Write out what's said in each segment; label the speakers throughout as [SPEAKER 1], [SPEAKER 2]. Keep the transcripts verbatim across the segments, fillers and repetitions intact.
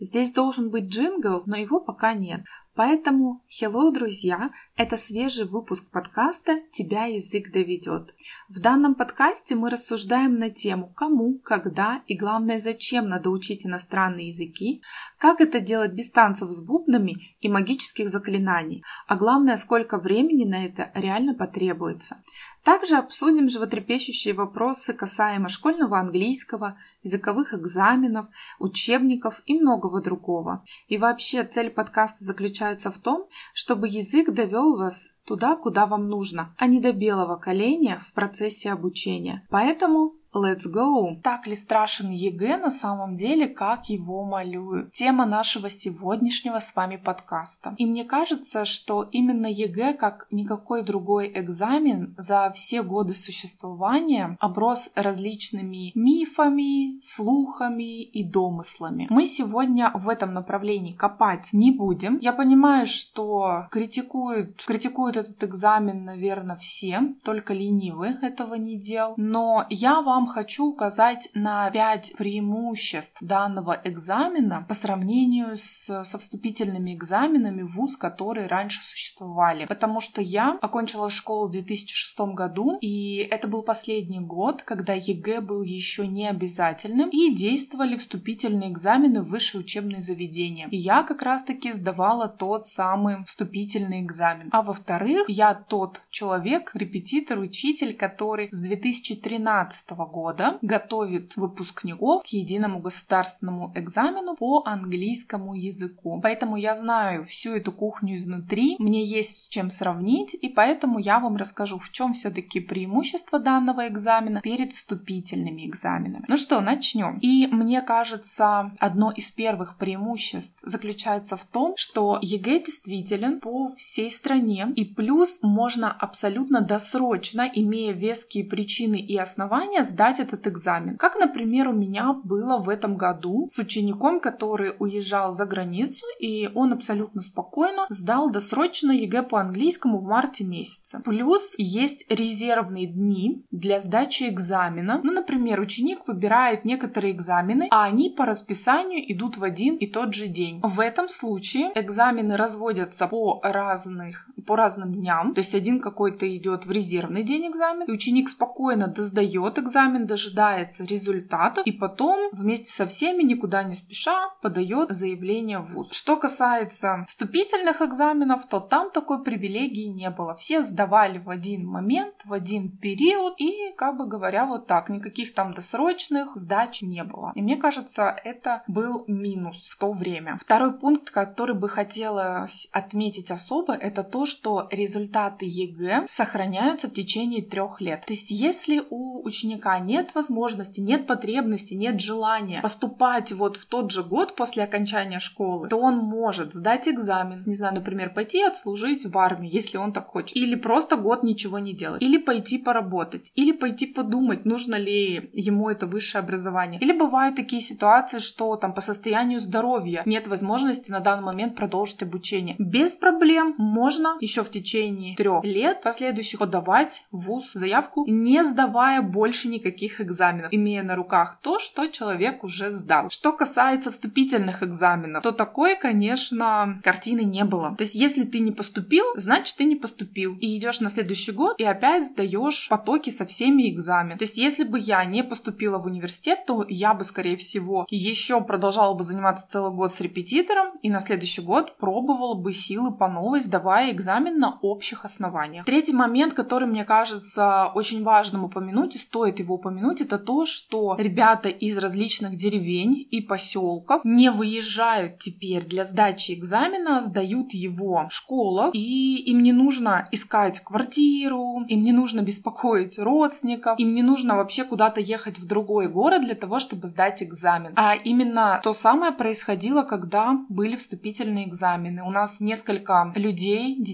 [SPEAKER 1] Здесь должен быть джингл, но его пока нет. Поэтому, hello, друзья, это свежий выпуск подкаста «Тебя язык доведет». В данном подкасте мы рассуждаем на тему, кому, когда и, главное, зачем надо учить иностранные языки, как это делать без танцев с бубнами и магических заклинаний, а главное, сколько времени на это реально потребуется. Также обсудим животрепещущие вопросы касаемо школьного английского, языковых экзаменов, учебников и многого другого. И вообще цель подкаста заключается в том, чтобы язык довел вас туда, куда вам нужно, а не до белого коленя в процессе обучения. Поэтому let's go! Так ли страшен ЕГЭ на самом деле, как его малюют? Тема нашего сегодняшнего с вами подкаста. И мне кажется, что именно ЕГЭ, как никакой другой экзамен, за все годы существования оброс различными мифами, слухами и домыслами. Мы сегодня в этом направлении копать не будем. Я понимаю, что критикуют, критикуют этот экзамен, наверное, все, только ленивый этого не делал. Но я вам хочу указать на пять преимуществ данного экзамена по сравнению с, со вступительными экзаменами в вуз, которые раньше существовали. Потому что я окончила школу в две тысячи шестом году, и это был последний год, когда ЕГЭ был еще не обязательным, и действовали вступительные экзамены в высшие учебные заведения. И я как раз-таки сдавала тот самый вступительный экзамен. А во-вторых, я тот человек, репетитор, учитель, который с две тысячи тринадцатого года готовит выпускников к единому государственному экзамену по английскому языку. Поэтому я знаю всю эту кухню изнутри, мне есть с чем сравнить, и поэтому я вам расскажу, в чем все-таки преимущество данного экзамена перед вступительными экзаменами. Ну что, начнем. И мне кажется, одно из первых преимуществ заключается в том, что ЕГЭ действителен по всей стране, и плюс можно абсолютно досрочно, имея веские причины и основания, сдать этот экзамен. Как, например, у меня было в этом году с учеником, который уезжал за границу, и он абсолютно спокойно сдал досрочно ЕГЭ по английскому в марте месяце. Плюс есть резервные дни для сдачи экзамена. Ну, например, ученик выбирает некоторые экзамены, а они по расписанию идут в один и тот же день. В этом случае экзамены разводятся по разных, по разным дням. То есть один какой-то идет в резервный день экзамен, и ученик спокойно досдает экзамен, дожидается результатов и потом вместе со всеми, никуда не спеша, подает заявление в вуз. Что касается вступительных экзаменов, то там такой привилегии не было. Все сдавали в один момент, в один период, и, как бы говоря, вот так, никаких там досрочных сдач не было. И мне кажется, это был минус в то время. Второй пункт, который бы хотела отметить особо, это то, что результаты ЕГЭ сохраняются в течение трех лет. То есть, если у ученика нет возможности, нет потребности, нет желания поступать вот в тот же год после окончания школы, то он может сдать экзамен, не знаю, например, пойти отслужить в армии, если он так хочет, или просто год ничего не делать, или пойти поработать, или пойти подумать, нужно ли ему это высшее образование. Или бывают такие ситуации, что там по состоянию здоровья нет возможности на данный момент продолжить обучение. Без проблем можно еще в течение трех лет последующих подавать в вуз заявку, не сдавая больше никаких экзаменов, имея на руках то, что человек уже сдал. Что касается вступительных экзаменов, то такой, конечно, картины не было. То есть, если ты не поступил, значит, ты не поступил. И идешь на следующий год и опять сдаешь потоки со всеми экзаменами. То есть, если бы я не поступила в университет, то я бы, скорее всего, еще продолжала бы заниматься целый год с репетитором и на следующий год пробовала бы силы по новой, сдавая экзамен на общих основаниях. Третий момент, который, мне кажется, очень важным упомянуть, и стоит его упомянуть, это то, что ребята из различных деревень и поселков не выезжают теперь для сдачи экзамена, сдают его в школах, и им не нужно искать квартиру, им не нужно беспокоить родственников, им не нужно вообще куда-то ехать в другой город для того, чтобы сдать экзамен. А именно то самое происходило, когда были вступительные экзамены. У нас несколько людей, детей,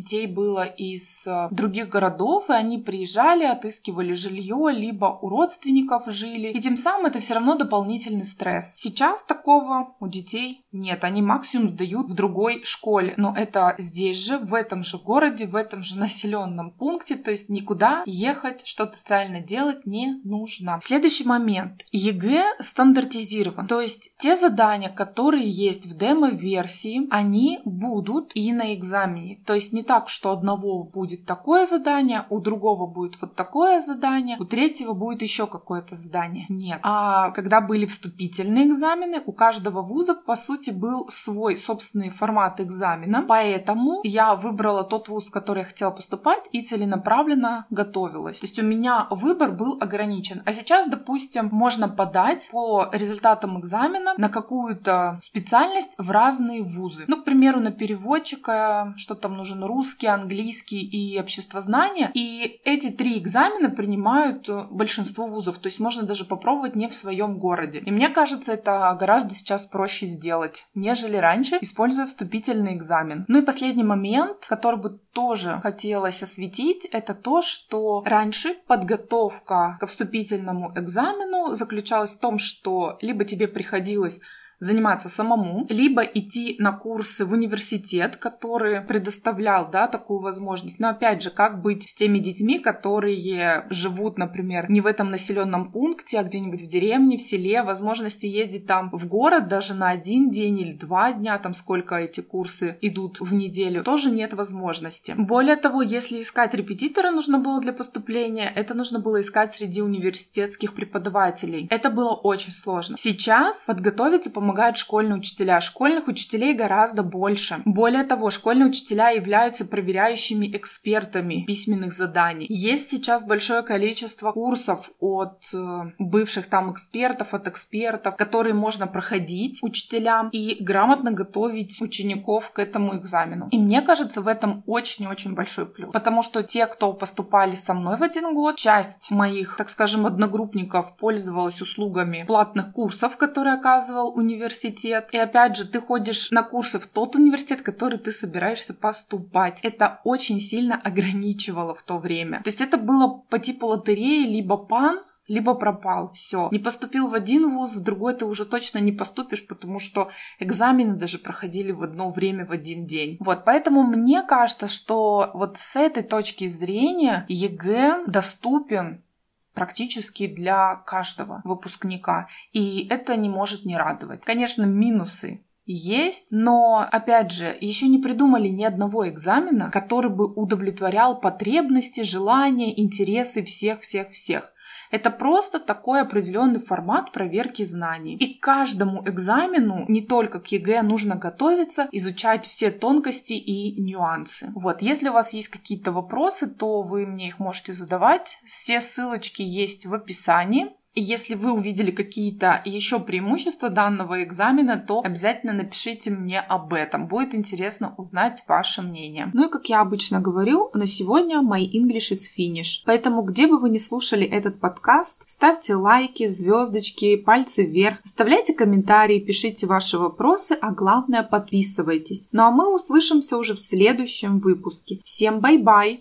[SPEAKER 1] детей было из других городов, и они приезжали, отыскивали жилье, либо у родственников жили, и тем самым это все равно дополнительный стресс. Сейчас такого у детей нет, они максимум сдают в другой школе, но это здесь же, в этом же городе, в этом же населенном пункте, то есть никуда ехать, что-то специально делать не нужно. Следующий момент. ЕГЭ стандартизирован, то есть те задания, которые есть в демо-версии, они будут и на экзамене. То есть не так, что у одного будет такое задание, у другого будет вот такое задание, у третьего будет еще какое-то задание. Нет. А когда были вступительные экзамены, у каждого вуза, по сути, был свой собственный формат экзамена, поэтому я выбрала тот вуз, в который я хотела поступать, и целенаправленно готовилась. То есть у меня выбор был ограничен. А сейчас, допустим, можно подать по результатам экзамена на какую-то специальность в разные вузы. Ну, к примеру, на переводчика, что там нужен русский, английский и обществознание. И эти три экзамена принимают большинство вузов. То есть можно даже попробовать не в своем городе. И мне кажется, это гораздо сейчас проще сделать, нежели раньше, используя вступительный экзамен. Ну и последний момент, который бы тоже хотелось осветить, это то, что раньше подготовка ко вступительному экзамену заключалась в том, что либо тебе приходилось заниматься самому, либо идти на курсы в университет, который предоставлял, да, такую возможность. Но опять же, как быть с теми детьми, которые живут, например, не в этом населенном пункте, а где-нибудь в деревне, в селе, возможности ездить там в город даже на один день или два дня, там сколько эти курсы идут в неделю, тоже нет возможности. Более того, если искать репетитора нужно было для поступления, это нужно было искать среди университетских преподавателей. Это было очень сложно. Сейчас подготовиться помогает помогают школьные учителя. Школьных учителей гораздо больше. Более того, школьные учителя являются проверяющими экспертами письменных заданий. Есть сейчас большое количество курсов от э, бывших там экспертов, от экспертов, которые можно проходить учителям и грамотно готовить учеников к этому экзамену. И мне кажется, в этом очень-очень большой плюс. Потому что те, кто поступали со мной в один год, часть моих, так скажем, одногруппников пользовалась услугами платных курсов, которые оказывал университет. университет. И опять же, ты ходишь на курсы в тот университет, в который ты собираешься поступать. Это очень сильно ограничивало в то время. То есть это было по типу лотереи, либо пан, либо пропал. Все. Не поступил в один вуз, в другой ты уже точно не поступишь, потому что экзамены даже проходили в одно время, в один день. Вот, поэтому мне кажется, что вот с этой точки зрения ЕГЭ доступен практически для каждого выпускника. И это не может не радовать. Конечно, минусы есть, но, опять же, еще не придумали ни одного экзамена, который бы удовлетворял потребности, желания, интересы всех-всех-всех. Это просто такой определенный формат проверки знаний. И к каждому экзамену, не только к ЕГЭ, нужно готовиться, изучать все тонкости и нюансы. Вот, если у вас есть какие-то вопросы, то вы мне их можете задавать. Все ссылочки есть в описании. И если вы увидели какие-то еще преимущества данного экзамена, то обязательно напишите мне об этом. Будет интересно узнать ваше мнение. Ну и как я обычно говорю, на сегодня my English is finished. Поэтому где бы вы ни слушали этот подкаст, ставьте лайки, звездочки, пальцы вверх, оставляйте комментарии, пишите ваши вопросы, а главное подписывайтесь. Ну а мы услышимся уже в следующем выпуске. Всем бай-бай!